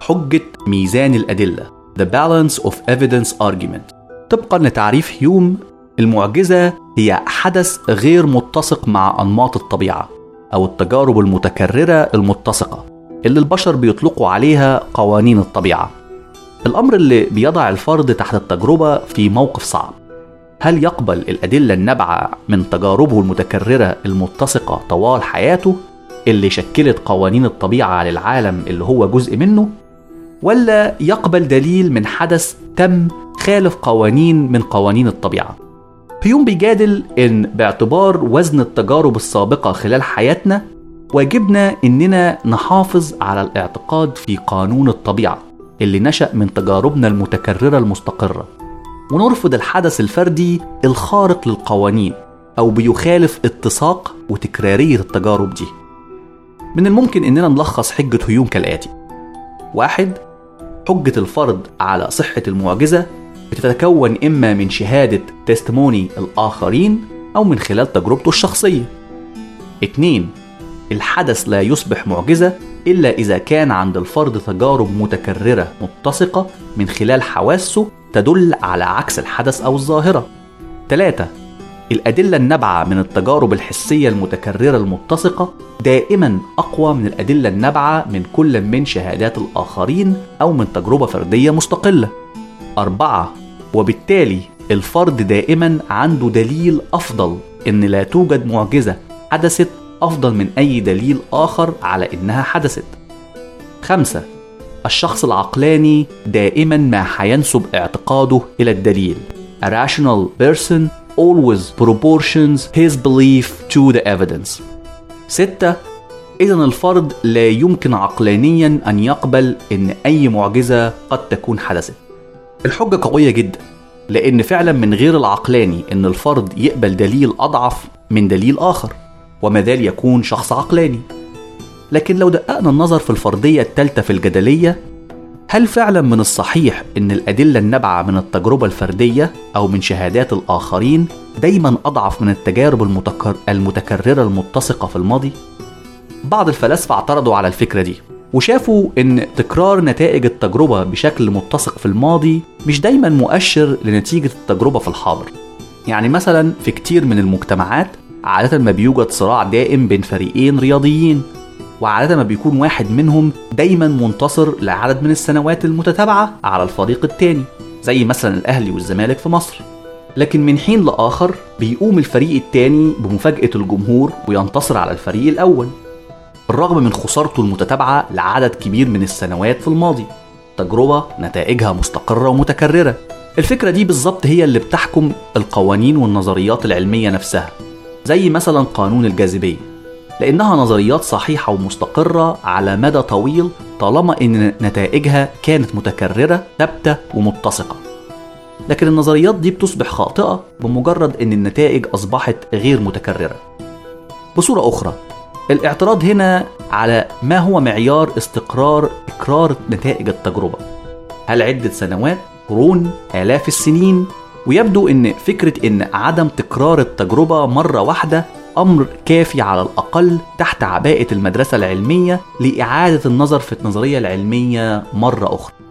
حجة ميزان الأدلة The Balance of Evidence Argument. طبقا لتعريف هيوم، المعجزة هي حدث غير متسق مع أنماط الطبيعة أو التجارب المتكررة المتسقة اللي البشر بيطلقوا عليها قوانين الطبيعة. الأمر اللي بيضع الفرد تحت التجربة في موقف صعب. هل يقبل الأدلة النابعة من تجاربه المتكررة المتسقة طوال حياته اللي شكلت قوانين الطبيعة للعالم اللي هو جزء منه، ولا يقبل دليل من حدث تم خالف قوانين من قوانين الطبيعة؟ هيوم بيجادل إن باعتبار وزن التجارب السابقة خلال حياتنا واجبنا إننا نحافظ على الاعتقاد في قانون الطبيعة اللي نشأ من تجاربنا المتكررة المستقرة، ونرفض الحدث الفردي الخارق للقوانين أو بيخالف اتساق وتكرارية التجارب دي. من الممكن إننا نلخص حجة هيوم كالآتي: 1. حجة الفرد على صحة المعجزة بتتكون إما من شهادة تستموني الآخرين أو من خلال تجربته الشخصية. 2. الحدث لا يصبح معجزة إلا إذا كان عند الفرد تجارب متكررة متسقة من خلال حواسه تدل على عكس الحدث أو الظاهرة. 3. الأدلة النابعة من التجارب الحسية المتكررة المتسقة دائما أقوى من الأدلة النابعة من كل من شهادات الآخرين أو من تجربة فردية مستقلة. 4. وبالتالي الفرد دائما عنده دليل أفضل إن لا توجد معجزة حدثت أفضل من أي دليل آخر على إنها حدثت. 5. الشخص العقلاني دائما ما حينسب اعتقاده إلى الدليل. A rational person always proportions his belief to the evidence. 6. إذن الفرد لا يمكن عقلانيا أن يقبل إن أي معجزة قد تكون حدثت. الحجة قوية جدا، لأن فعلا من غير العقلاني إن الفرد يقبل دليل أضعف من دليل آخر وما ذال يكون شخص عقلاني. لكن لو دققنا النظر في الفردية الثالثة في الجدلية، هل فعلا من الصحيح إن الأدلة النابعة من التجربة الفردية أو من شهادات الآخرين دايما أضعف من التجارب المتكررة المتسقة في الماضي؟ بعض الفلاسفة اعترضوا على الفكرة دي وشافوا إن تكرار نتائج التجربة بشكل متسق في الماضي مش دايما مؤشر لنتيجة التجربة في الحاضر. يعني مثلا في كتير من المجتمعات عادة ما بيوجد صراع دائم بين فريقين رياضيين، وعادة ما بيكون واحد منهم دايما منتصر لعدد من السنوات المتتابعة على الفريق التاني، زي مثلا الأهلي والزمالك في مصر. لكن من حين لآخر بيقوم الفريق التاني بمفاجأة الجمهور وينتصر على الفريق الأول بالرغم من خسارته المتتابعة لعدد كبير من السنوات في الماضي. تجربة نتائجها مستقرة ومتكررة. الفكرة دي بالظبط هي اللي بتحكم القوانين والنظريات العلمية نفسها، زي مثلا قانون الجاذبية، لأنها نظريات صحيحة ومستقرة على مدى طويل طالما إن نتائجها كانت متكررة ثابتة ومتسقة. لكن النظريات دي بتصبح خاطئة بمجرد إن النتائج أصبحت غير متكررة. بصورة أخرى، الاعتراض هنا على ما هو معيار استقرار تكرار نتائج التجربة. هل عدة سنوات، قرون، آلاف السنين؟ ويبدو إن فكرة إن عدم تكرار التجربة مرة واحدة أمر كافي على الأقل تحت عباءة المدرسة العلمية لإعادة النظر في النظرية العلمية مرة أخرى.